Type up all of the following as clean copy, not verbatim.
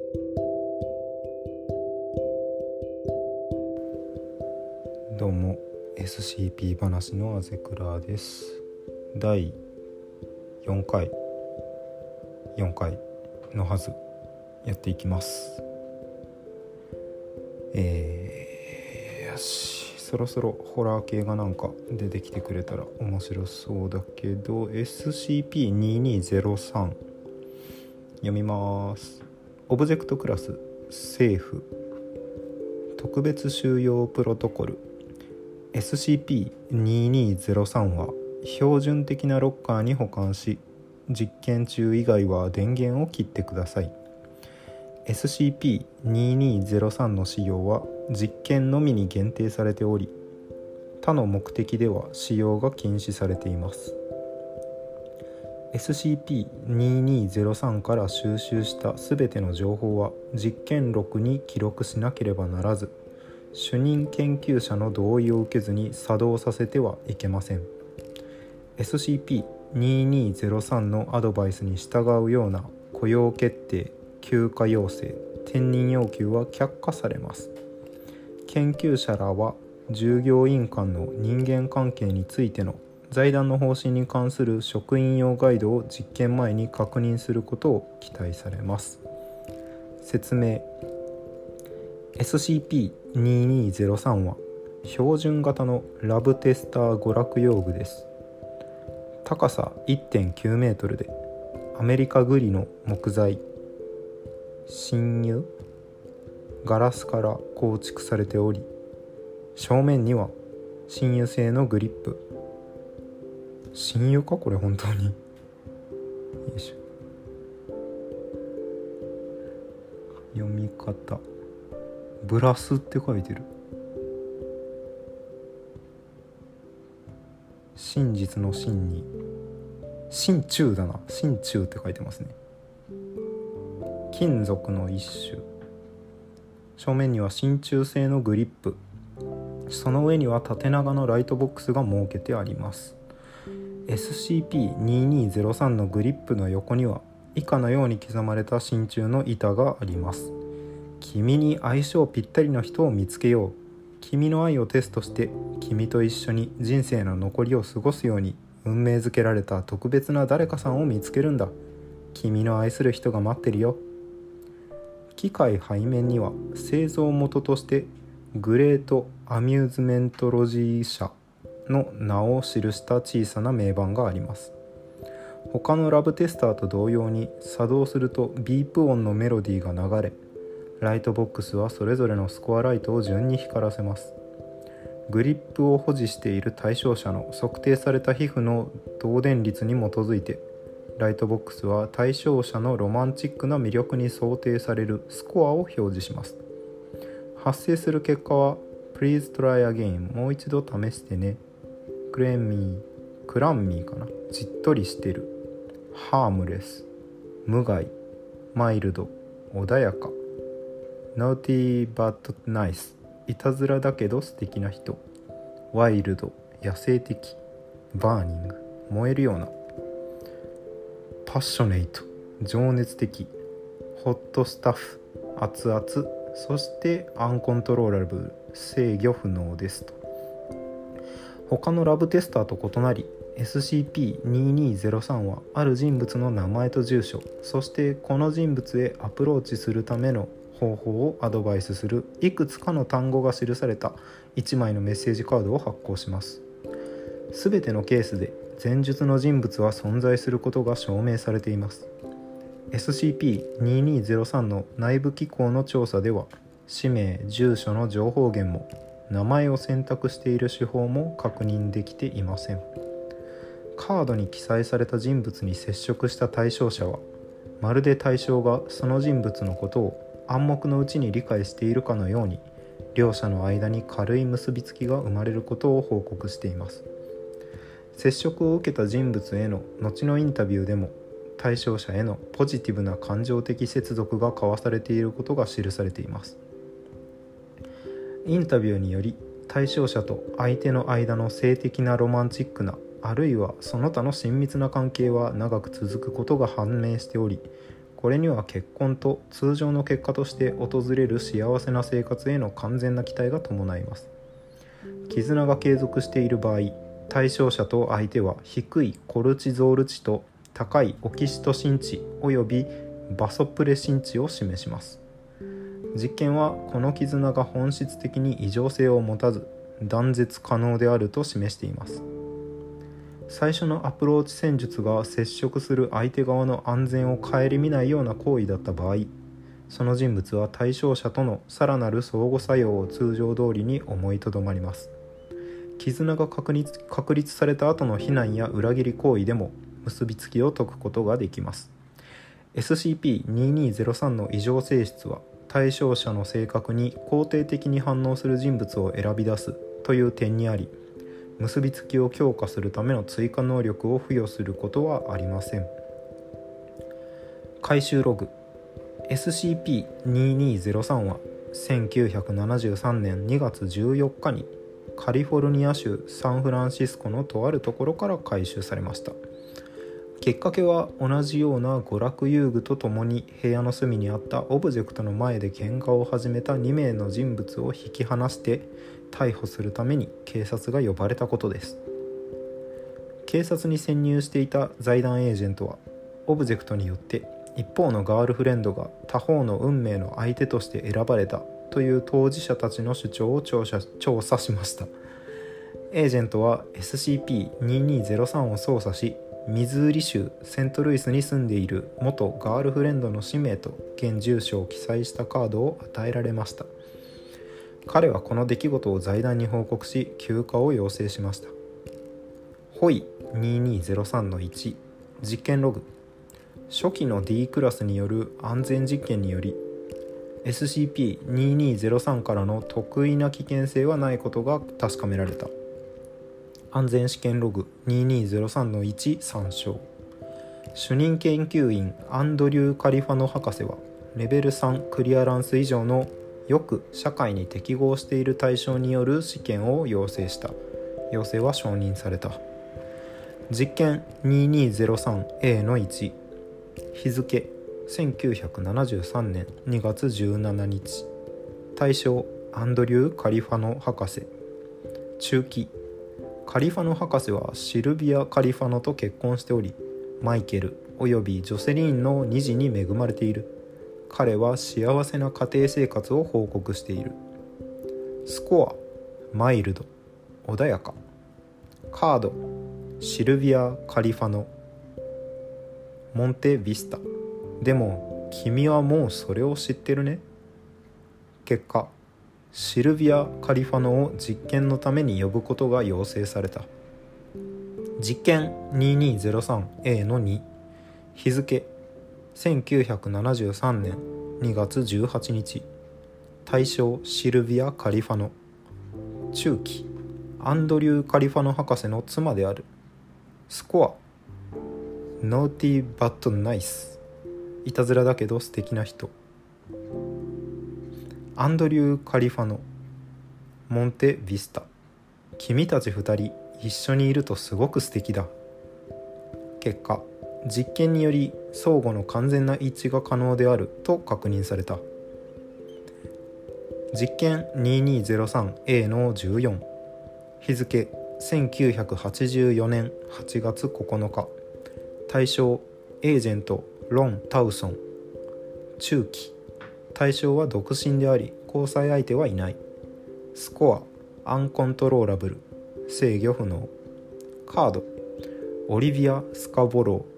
どうも SCP 話のあぜくらです。第4回のはずやっていきます。よし、そろそろホラー系がなんか出てきてくれたら面白そうだけど、 SCP-2203 読みます。オブジェクトクラス政府特別収容プロトコル SCP-2203 は標準的なロッカーに保管し、実験中以外は電源を切ってください。 SCP-2203 の使用は実験のみに限定されており、他の目的では使用が禁止されています。SCP-2203 から収集したすべての情報は実験録に記録しなければならず、主任研究者の同意を受けずに作動させてはいけません。 SCP-2203 のアドバイスに従うような雇用決定、休暇要請、転任要求は却下されます。研究者らは従業員間の人間関係についての財団の方針に関する職員用ガイドを実験前に確認することを期待されます。説明。 SCP-2203 は標準型のラブテスター娯楽用具です。高さ 1.9 メートルでアメリカグリの木材侵入ガラスから構築されており、正面には侵入性のグリップ。侵入かこれ本当に。よいしょ。読み方ブラスって書いてる。真実の真に真鍮だな。真鍮って書いてますね。金属の一種。正面には真鍮製のグリップ。その上には縦長のライトボックスが設けてあります。SCP-2203 のグリップの横には以下のように刻まれた真鍮の板があります。君に相性ぴったりの人を見つけよう。君の愛をテストして君と一緒に人生の残りを過ごすように運命づけられた特別な誰かさんを見つけるんだ。君の愛する人が待ってるよ。機械背面には製造元としてグレートアミューズメントロジー社の名を記した小さな銘板があります。他のラブテスターと同様に作動するとビープ音のメロディーが流れ、ライトボックスはそれぞれのスコアライトを順に光らせます。グリップを保持している対象者の測定された皮膚の導電率に基づいて、ライトボックスは対象者のロマンチックな魅力に想定されるスコアを表示します。発生する結果は Please try again もう一度試してね、クランミーかな、じっとりしてる、ハームレス、無害、マイルド、穏やか、Naughty but nice いたずらだけど素敵な人、ワイルド野生的、バーニング燃えるような、パッショネイト情熱的、ホットスタッフ熱々、そしてアンコントローラブル制御不能ですと。他のラブテスターと異なり SCP-2203 はある人物の名前と住所、そしてこの人物へアプローチするための方法をアドバイスするいくつかの単語が記された1枚のメッセージカードを発行します。すべてのケースで前述の人物は存在することが証明されています。 SCP-2203 の内部機構の調査では、氏名・住所の情報源も名前を選択している手法も確認できていません。カードに記載された人物に接触した対象者は、まるで対象がその人物のことを暗黙のうちに理解しているかのように、両者の間に軽い結びつきが生まれることを報告しています。接触を受けた人物への後のインタビューでも、対象者へのポジティブな感情的接続が交わされていることが記されています。インタビューにより、対象者と相手の間の性的なロマンチックな、あるいはその他の親密な関係は長く続くことが判明しており、 これには結婚と通常の結果として訪れる幸せな生活への完全な期待が伴います。絆が継続している場合、対象者と相手は低いコルチゾール値と高いオキシトシン値およびバソプレシン値を示します。実験はこの絆が本質的に異常性を持たず断絶可能であると示しています。最初のアプローチ戦術が接触する相手側の安全を顧みないような行為だった場合、その人物は対象者とのさらなる相互作用を通常通りに思いとどまります。絆が確立された後の非難や裏切り行為でも結びつきを解くことができます。 SCP-2203 の異常性質は対象者の性格に肯定的に反応する人物を選び出すという点にあり、結びつきを強化するための追加能力を付与することはありません。回収ログ SCP-2203 は1973年2月14日にカリフォルニア州サンフランシスコのとあるところから回収されました。きっかけは同じような娯楽遊具とともに部屋の隅にあったオブジェクトの前で喧嘩を始めた2名の人物を引き離して逮捕するために警察が呼ばれたことです。警察に潜入していた財団エージェントはオブジェクトによって一方のガールフレンドが他方の運命の相手として選ばれたという当事者たちの主張を調査しました。エージェントは SCP-2203 を操作し、ミズーリ州セントルイスに住んでいる元ガールフレンドの氏名と現住所を記載したカードを与えられました。彼はこの出来事を財団に報告し休暇を要請しました。ホイ 2203-1 実験ログ初期の D クラスによる安全実験により SCP-2203 からの特異な危険性はないことが確かめられた。安全試験ログ 2203-1 参照。主任研究員アンドリュー・カリファノ博士はレベル3クリアランス以上のよく社会に適合している対象による試験を要請した。要請は承認された。実験 2203A の1日付1973年2月17日対象アンドリュー・カリファノ博士中期カリファノ博士はシルビア・カリファノと結婚しており、マイケルおよびジョセリーンの2児に恵まれている。彼は幸せな家庭生活を報告している。スコアマイルド穏やか。カードシルビア・カリファノモンテ・ビスタ。でも君はもうそれを知ってるね。結果シルビア・カリファノを実験のために呼ぶことが要請された。実験 2203A の2日付1973年2月18日対象シルビア・カリファノ中期アンドリュー・カリファノ博士の妻である。スコアノーティー・バット・ナイスいたずらだけど素敵な人。アンドリュー・カリファノモンテ・ビスタ。君たち2人一緒にいるとすごく素敵だ。結果実験により相互の完全な一致が可能であると確認された。実験 2203A の14日付1984年8月9日対象エージェントロン・タウソン中期対象は独身であり交際相手はいない。スコアアンコントローラブル制御不能。カードオリビア・スカボロ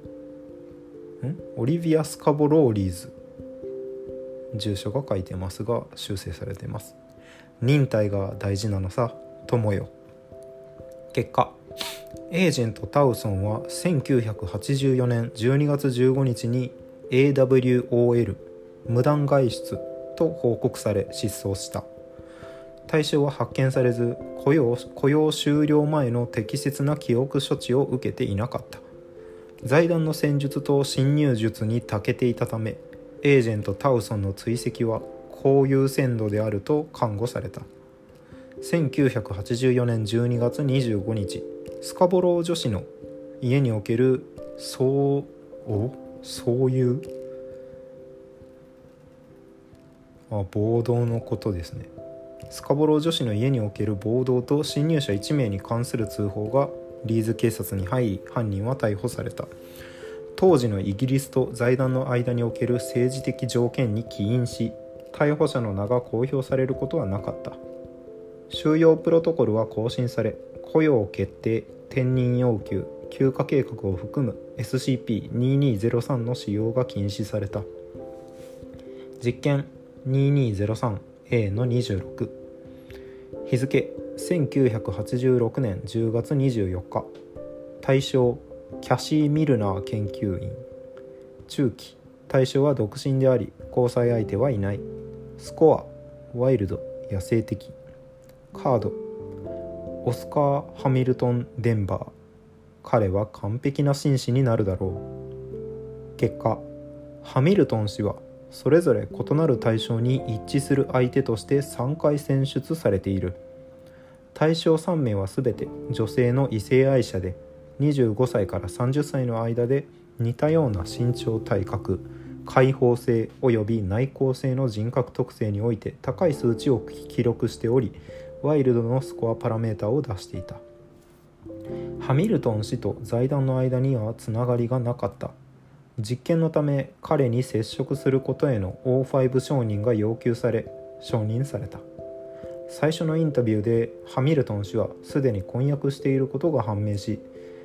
ーリーズ。住所が書いてますが修正されています。忍耐が大事なのさ友よ。結果エージェントタウソンは1984年12月15日に AWOL 無断外出と報告され失踪した。対象は発見されず雇用終了前の適切な記憶処置を受けていなかった。財団の戦術と侵入術に長けていたためエージェントタウソンの追跡は高優先度であると看護された。1984年12月25日スカボロー女子の家におけるそういう暴動のことですね。スカボロー女子の家における暴動と侵入者1名に関する通報がリーズ警察に入り、犯人は逮捕された。当時のイギリスと財団の間における政治的条件に起因し、逮捕者の名が公表されることはなかった。収容プロトコルは更新され、雇用決定、転任要求、休暇計画を含む SCP-2203 の使用が禁止された。実験 2203A の26、日付1986年10月24日、対象キャシー・ミルナー研究員、中期、対象は独身であり交際相手はいない。スコア、ワイルド、野生的。カード、オスカー・ハミルトン・デンバー、彼は完璧な紳士になるだろう。結果、ハミルトン氏はそれぞれ異なる対象に一致する相手として3回選出されている。対象3名はすべて女性の異性愛者で、25歳から30歳の間で似たような身長、体格、開放性及び内向性の人格特性において高い数値を記録しており、ワイルドのスコアパラメータを出していた。ハミルトン氏と財団の間にはつながりがなかった。実験のため彼に接触することへの O5 承認が要求され、承認された。最初のインタビューでハミルトン氏はすでに婚約していることが判明し、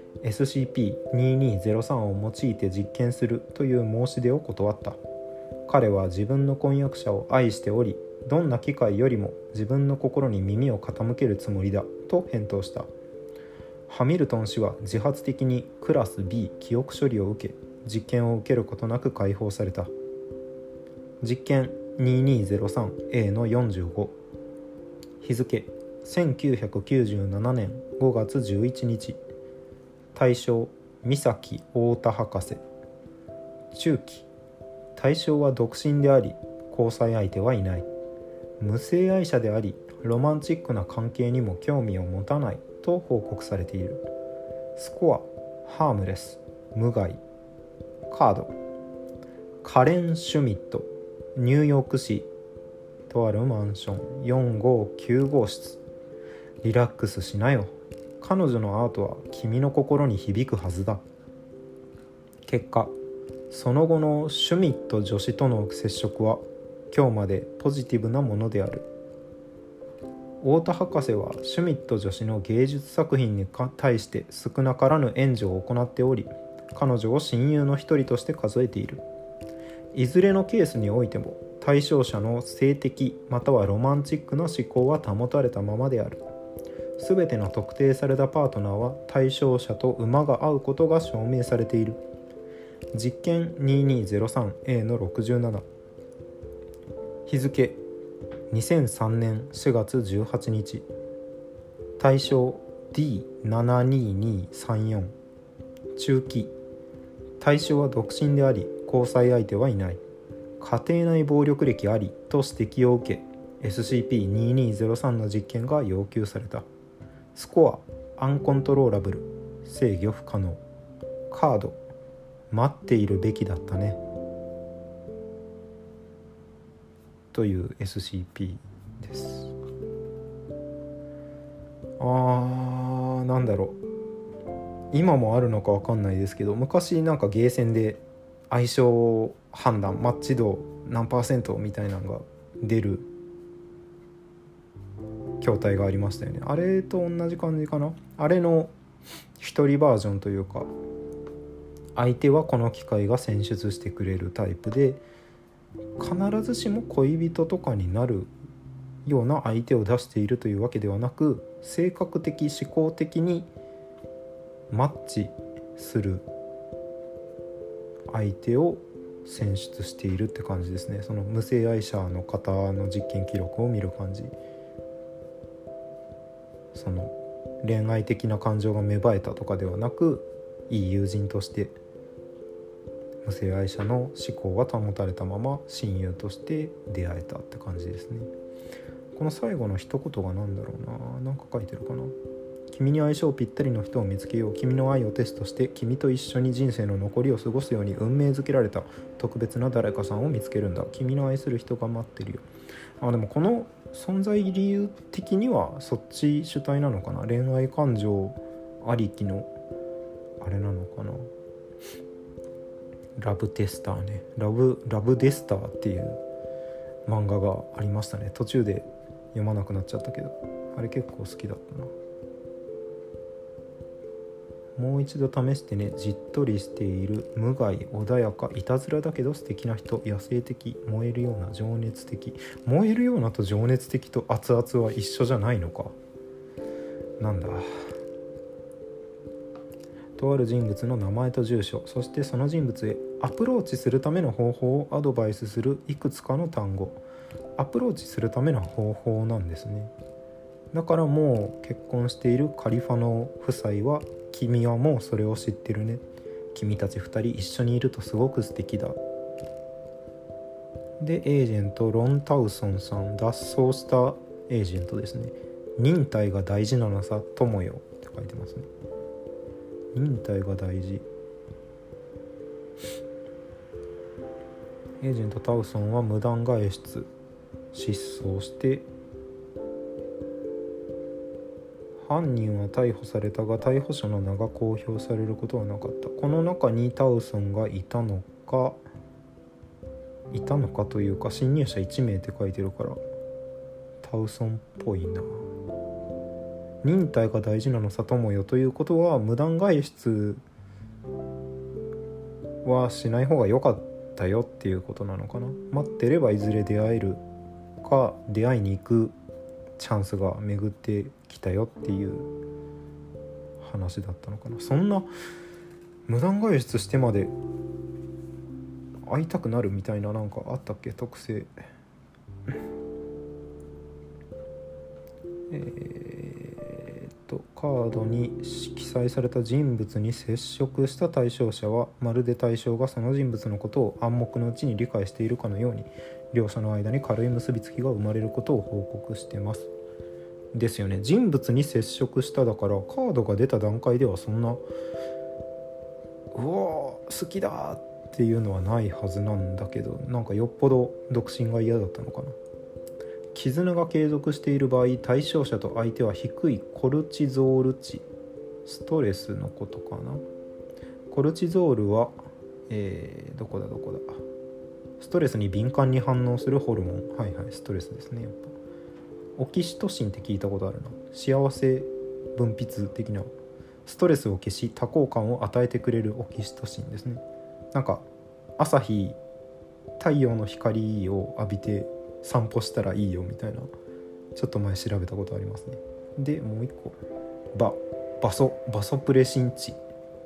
SCP-2203 を用いて実験するという申し出を断った。彼は自分の婚約者を愛しており、どんな機会よりも自分の心に耳を傾けるつもりだと返答した。ハミルトン氏は自発的にクラス B 記憶処理を受け、実験を受けることなく解放された。実験 2203A の45、日付1997年5月11日、対象三崎太田博士、中期、対象は独身であり交際相手はいない。無性愛者でありロマンチックな関係にも興味を持たないと報告されている。スコア、ハームレス、無害。カード、カレン・シュミット、ニューヨーク市とあるマンション459号室。リラックスしなよ。彼女のアートは君の心に響くはずだ。結果、その後のシュミット女子との接触は今日までポジティブなものである。太田博士はシュミット女子の芸術作品に対して少なからぬ援助を行っており、彼女を親友の一人として数えている。いずれのケースにおいても対象者の性的またはロマンチックな思考は保たれたままである。すべての特定されたパートナーは対象者と馬が合うことが証明されている。実験 2203A の67、日付2003年4月18日、対象 D72234、中期、対象は独身であり交際相手はいない。家庭内暴力歴ありと指摘を受け SCP-2203 の実験が要求された。スコア、アンコントローラブル、制御不可能。カード、待っているべきだったねという SCP です。なんだろう、今もあるのか分かんないですけど、昔なんかゲーセンで相性判断、マッチ度何%みたいなのが出る筐体がありましたよね。あれと同じ感じかな。あれの一人バージョンというか、相手はこの機械が選出してくれるタイプで、必ずしも恋人とかになるような相手を出しているというわけではなく、性格的思考的にマッチする相手を選出しているって感じですね。その無性愛者の方の実験記録を見る感じ、その恋愛的な感情が芽生えたとかではなく、いい友人として無性愛者の思考は保たれたまま親友として出会えたって感じですね。この最後の一言が何だろうな、なんか書いてるかな。 君に相性ぴったりの人を見つけよう。君の愛をテストして君と一緒に人生の残りを過ごすように運命づけられた特別な誰かさんを見つけるんだ。君の愛する人が待ってるよ。でもこの存在理由的にはそっち主体なのかな。恋愛感情ありきのあれなのかな。ラブテスターね。ラブデスターっていう漫画がありましたね。途中で読まなくなっちゃったけど、あれ結構好きだったな。もう一度試してね。じっとりしている、無害、穏やか、いたずらだけど素敵な人、野生的、燃えるような、情熱的。燃えるようなと情熱的と熱々は一緒じゃないのか。なんだ。とある人物の名前と住所、そしてその人物へアプローチするための方法をアドバイスするいくつかの単語。アプローチするための方法なんですね。だからもう結婚しているカリファノ夫妻は、君はもうそれを知ってるね。君たち2人一緒にいるとすごく素敵だ。で、エージェントロン・タウソンさん、脱走したエージェントですね。忍耐が大事なのさ、友よって書いてますね。忍耐が大事。エージェントタウソンは無断外出、失踪して犯人は逮捕されたが逮捕者の名が公表されることはなかった。この中にタウソンがいたのかというか、侵入者1名って書いてるからタウソンっぽいな。忍耐が大事なのさ友よということは、無断外出はしない方が良かったよっていうことなのかな。待ってればいずれ出会えるか、出会いに行くチャンスが巡ってきたよっていう話だったのかな。そんな無断外出してまで会いたくなるみたいな、なんかあったっけ、特性。カードに記載された人物に接触した対象者は、まるで対象がその人物のことを暗黙のうちに理解しているかのように、両者の間に軽い結びつきが生まれることを報告してます。ですよね。人物に接触しただから、カードが出た段階ではそんなうわ好きだっていうのはないはずなんだけど、なんかよっぽど独身が嫌だったのかな。絆が継続している場合、対象者と相手は低いコルチゾール値、ストレスのことかな。コルチゾールは、どこだストレスに敏感に反応するホルモン。ストレスですね。やっぱオキシトシンって聞いたことあるな。幸せ分泌的な、ストレスを消し多幸感を与えてくれるオキシトシンですね。なんか朝日、太陽の光を浴びて散歩したらいいよみたいな、ちょっと前調べたことありますね。でもう一個、バソプレシン値。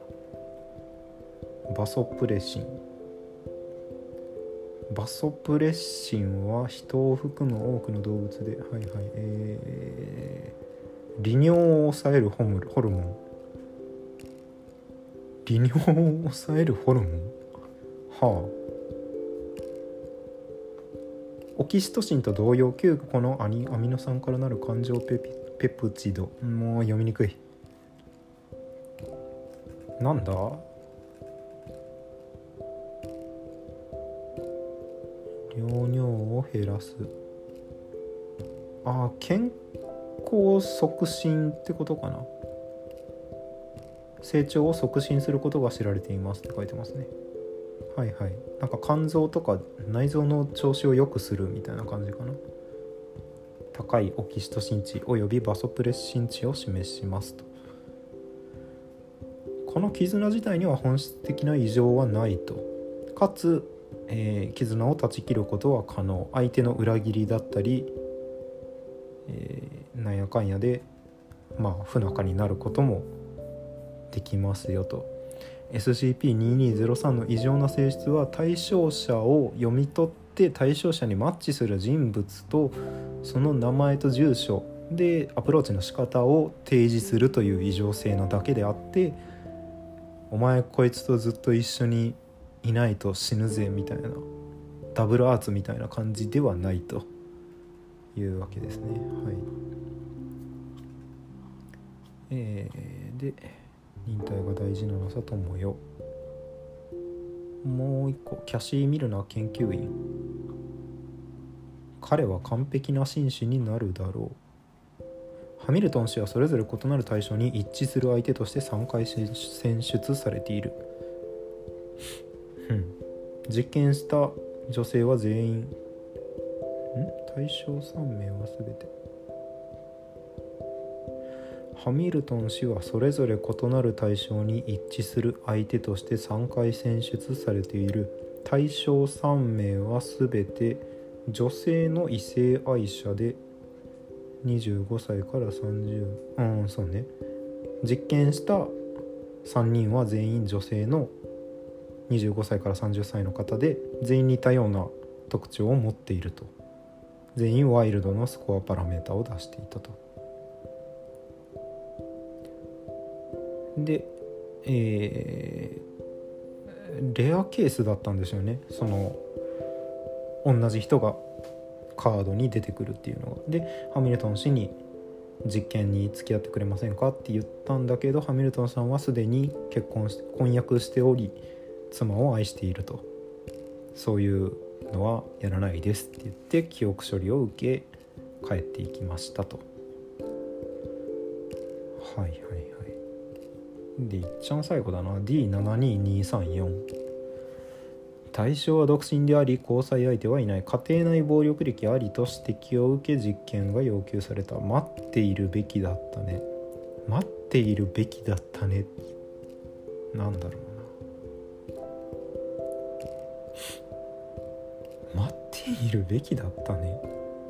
バソプレシンは人を含む多くの動物で、利尿を抑えるホルモン。利尿を抑えるホルモン、オキシトシンと同様9個のアミノ酸からなる感情ペプチド。もう読みにくい。なんだ、尿を減らす。健康促進ってことかな。成長を促進することが知られていますって書いてますね。なんか肝臓とか内臓の調子を良くするみたいな感じかな。高いオキシトシン値およびバソプレシン値を示しますと。この絆自体には本質的な異常はないと。かつ、絆を断ち切ることは可能。相手の裏切りだったり、なんやかんやで不仲になることもできますよと。 SCP-2203 の異常な性質は、対象者を読み取って対象者にマッチする人物とその名前と住所でアプローチの仕方を提示するという異常性なだけであって、お前こいつとずっと一緒にいないと死ぬぜみたいな、ダブルアーツみたいな感じではないというわけですね。 で忍耐が大事なのさともよ。もう一個、キャシー・ミルナー研究員。彼は完璧な紳士になるだろう。ハミルトン氏はそれぞれ異なる対象に一致する相手として3回選出されている。実験した女性は全員対象3名は全て。ハミルトン氏はそれぞれ異なる対象に一致する相手として3回選出されている。対象3名は全て女性の異性愛者で25歳から30、そうね。実験した3人は全員女性の25歳から30歳の方で、全員似たような特徴を持っていると。全員ワイルドのスコアパラメータを出していたと。で、レアケースだったんですよね。その同じ人がカードに出てくるっていうのが。でハミルトン氏に実験に付き合ってくれませんかって言ったんだけど、ハミルトンさんはすでに婚約しており妻を愛していると。そういうのはやらないですって言って記憶処理を受け帰っていきましたと。はいはいはい。でいっちゃん最後だな。 D72234。対象は独身であり交際相手はいない。家庭内暴力歴ありと指摘を受け実験が要求された。待っているべきだったね。待っているべきだったね。なんだろうな。待っているべきだったね。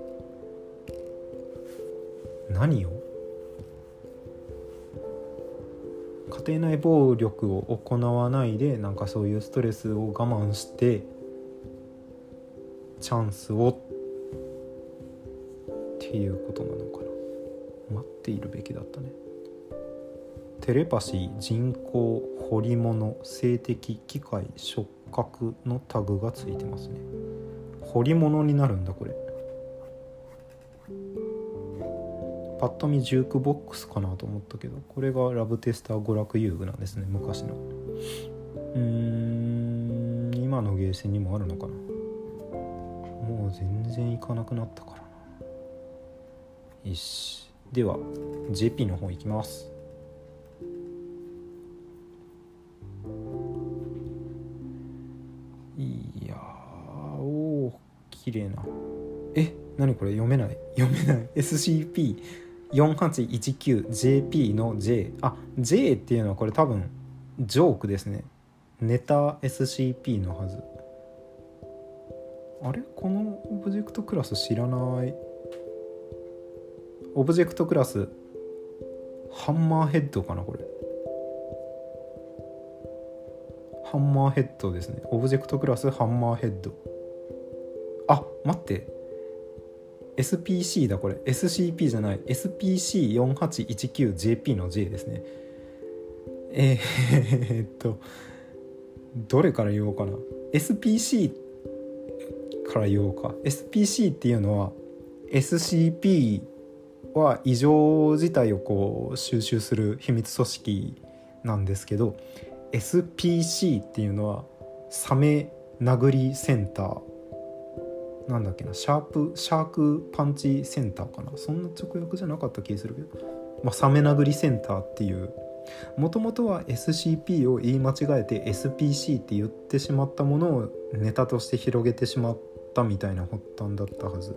何を？家庭内暴力を行わないで、なんかそういうストレスを我慢してチャンスをっていうことなのかな。待っているべきだったね。テレパシー、人工、彫り物、性的、機械、触覚のタグがついてますね。彫り物になるんだこれ。パッと見ジュークボックスかなと思ったけど、これがラブテスター娯楽遊具なんですね、昔の。今のゲーセンにもあるのかな。もう全然行かなくなったからな。よし、では JP の方行きます。いやー、おー綺麗な。何これ、読めない SCP-4819JP の J。 J っていうのはこれ多分ジョークですね。ネタ SCP のはず。あれ、このオブジェクトクラス知らない。オブジェクトクラスハンマーヘッドかな。これハンマーヘッドですね。オブジェクトクラスハンマーヘッド。待って、 SPC だこれ。 SCP じゃない。 SPC4819JP の J ですね。どれから言おうかな。 SPC から言おうか。 SPC っていうのは SCP は異常事態をこう収集する秘密組織なんですけど、 SPC っていうのはサメ殴りセンターなんだっけな、シャークパンチセンターかな。そんな直訳じゃなかった気がするけど、サメ殴りセンターっていう、もともとは SCP を言い間違えて SPC って言ってしまったものをネタとして広げてしまったみたいな発端だったはず。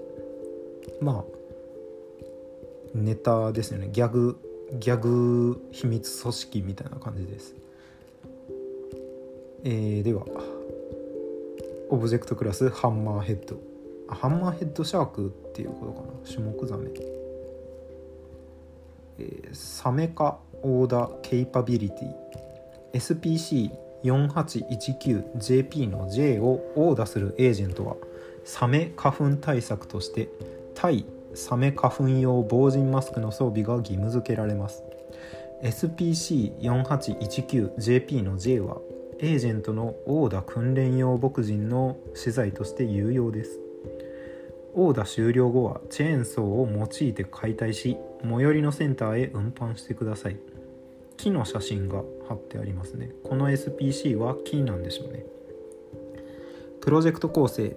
ネタですよね。ギャグ秘密組織みたいな感じです。ではオブジェクトクラスハンマーヘッド。ハンマーヘッドシャークっていうことかな。シュモクザメ。サメ化オーダーケイパビリティ SPC4819JP の J をオーダーするエージェントはサメ花粉対策として対サメ花粉用防塵マスクの装備が義務付けられます。 SPC4819JP の J はエージェントのオーダー訓練用牧人の資材として有用です。 殴打終了後はチェーンソーを用いて解体し、最寄りのセンターへ運搬してください。木の写真が貼ってありますね。この SPC は木なんでしょうね。プロジェクト構成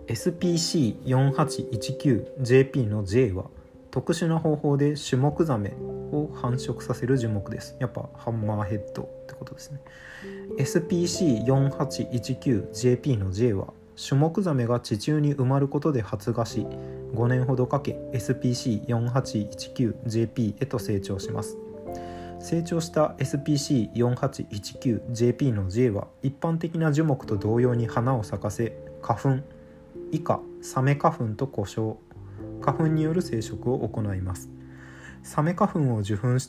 SPC4819JP の J は特殊な方法でシュモクザメを繁殖させる樹木です。やっぱハンマーヘッドってことですね。SPC4819JP の J はシュモクザメが地中に埋まることで発芽し、5年ほどかけ SPC4819JP へと成長します。成長した SPC4819JP の J は一般的な樹木と同様に花を咲かせ、花粉、以下サメ花粉と呼称、花粉による生殖を行います。サメ花粉を受粉した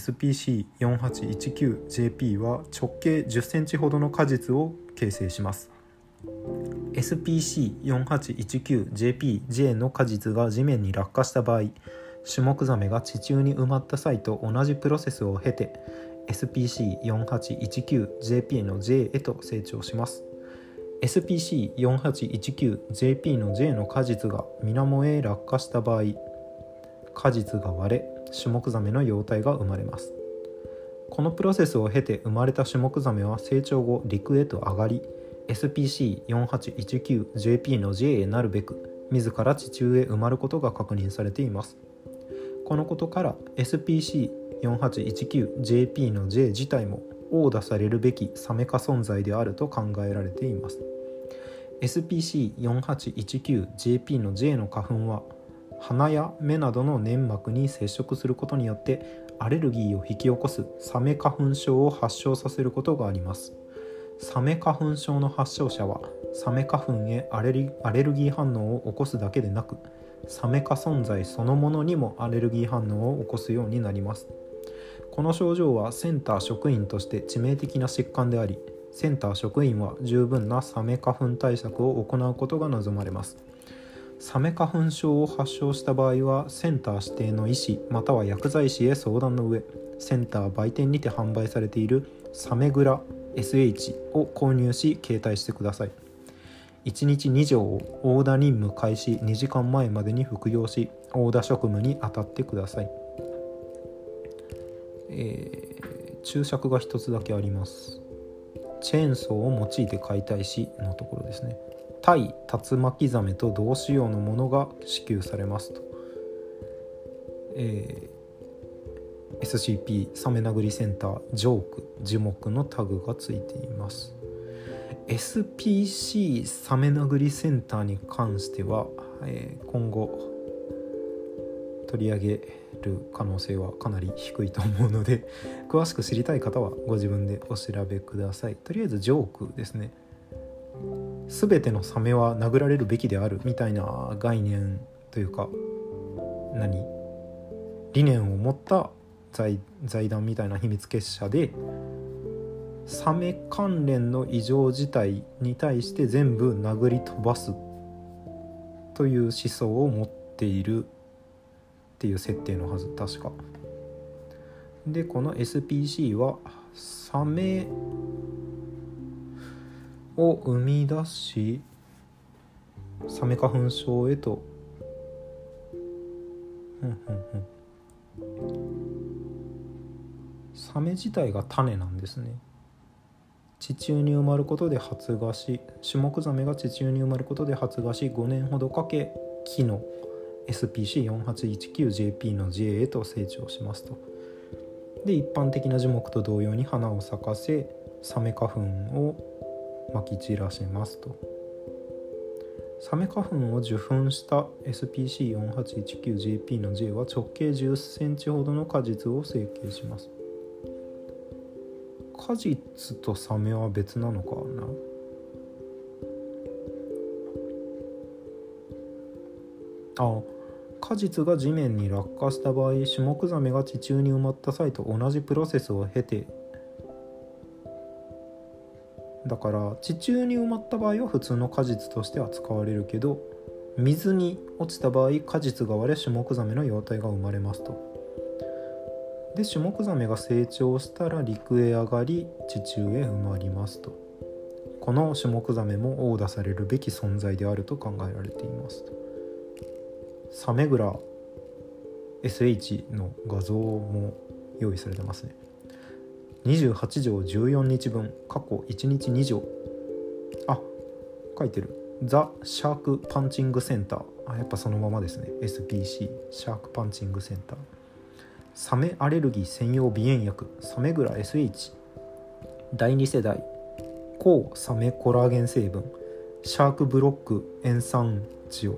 SPC4819JP は直径10センチほどの果実を形成します。SPC4819JPJ の果実が地面に落下した場合、シュモクザメが地中に埋まった際と同じプロセスを経て SPC4819JP の J へと成長します。SPC4819JP の J の果実が水面へ落下した場合、果実が割れ、シュモクザメの幼体が生まれます。このプロセスを経て生まれたシュモクザメは成長後陸へと上がり、SPC4819JP の J へなるべく自ら地中へ埋まることが確認されています。このことから SPC4819JP の J 自体も殴打されるべきサメ化存在であると考えられています。SPC4819JP の J の花粉は鼻や目などの粘膜に接触することによってアレルギーを引き起こすサメ花粉症を発症させることがあります。サメ花粉症の発症者はサメ花粉へアレルギー反応を起こすだけでなく、サメ化存在そのものにもアレルギー反応を起こすようになります。この症状はセンター職員として致命的な疾患であり、センター職員は十分なサメ花粉対策を行うことが望まれます。サメ花粉症を発症した場合はセンター指定の医師または薬剤師へ相談の上、センター売店にて販売されているサメグラ SH を購入し携帯してください。1日2錠を殴打任務開始2時間前までに服用し、殴打職務に当たってください。注釈が一つだけあります。チェーンソーを用いて解体しのところですね。対竜巻ザメと同仕様のものが支給されますと。SCP サメ殴りセンタージョーク樹木のタグがついています。SPC サメ殴りセンターに関しては、今後取り上げる可能性はかなり低いと思うので詳しく知りたい方はご自分でお調べください。とりあえずジョークですね。全てのサメは殴られるべきであるみたいな概念というか理念を持った財団みたいな秘密結社で、サメ関連の異常事態に対して全部殴り飛ばすという思想を持っているっていう設定のはず、確かで。この SPC はサメを生み出し、サメ花粉症へとサメ自体が種なんですね。地中に埋まることで発芽し、シュモクザメが地中に埋まることで発芽し、5年ほどかけ木の SPC4819JP の J へと成長しますと。で、一般的な樹木と同様に花を咲かせ、サメ花粉をまき散らしますと。サメ花粉を受粉した SPC4819JP の J は直径10センチほどの果実を成形します。果実とサメは別なのかな。果実が地面に落下した場合、シュモクザメが地中に埋まった際と同じプロセスを経て、だから地中に埋まった場合は普通の果実として扱われるけど、水に落ちた場合果実が割れシュモクザメの幼体が生まれますと。で、シュモクザメが成長したら陸へ上がり地中へ埋まりますと。このシュモクザメも殴打されるべき存在であると考えられていますと。 サメグラ SH の画像も用意されてますね。28錠14日分、過去1日2錠。あ、書いてる。ザ・シャークパンチングセンター。やっぱそのままですね。 SPC シャークパンチングセンター。サメアレルギー専用鼻炎薬サメグラ SH 第2世代抗サメコラーゲン成分シャークブロック塩酸塩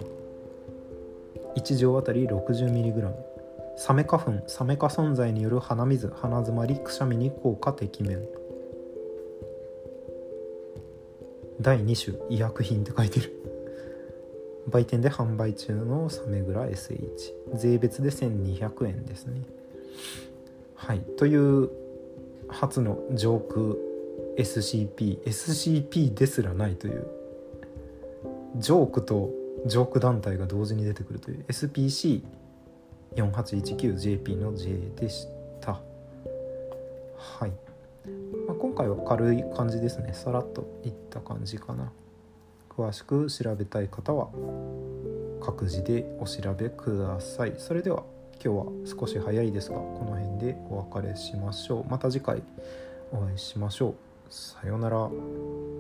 1錠あたり 60mg。 サメ花粉サメ科存在による鼻水鼻づまりくしゃみに効果てきめん。第2種医薬品って書いてる。売店で販売中のサメグラ SH 税別で1200円ですね。はい、という初のジョーク SCP ですらないという、ジョークとジョーク団体が同時に出てくるという SPC4819JP の J でした。はい、今回は軽い感じですね。さらっといった感じかな。詳しく調べたい方は各自でお調べください。それでは今日は少し早いですがこの辺でお別れしましょう。また次回お会いしましょう。さようなら。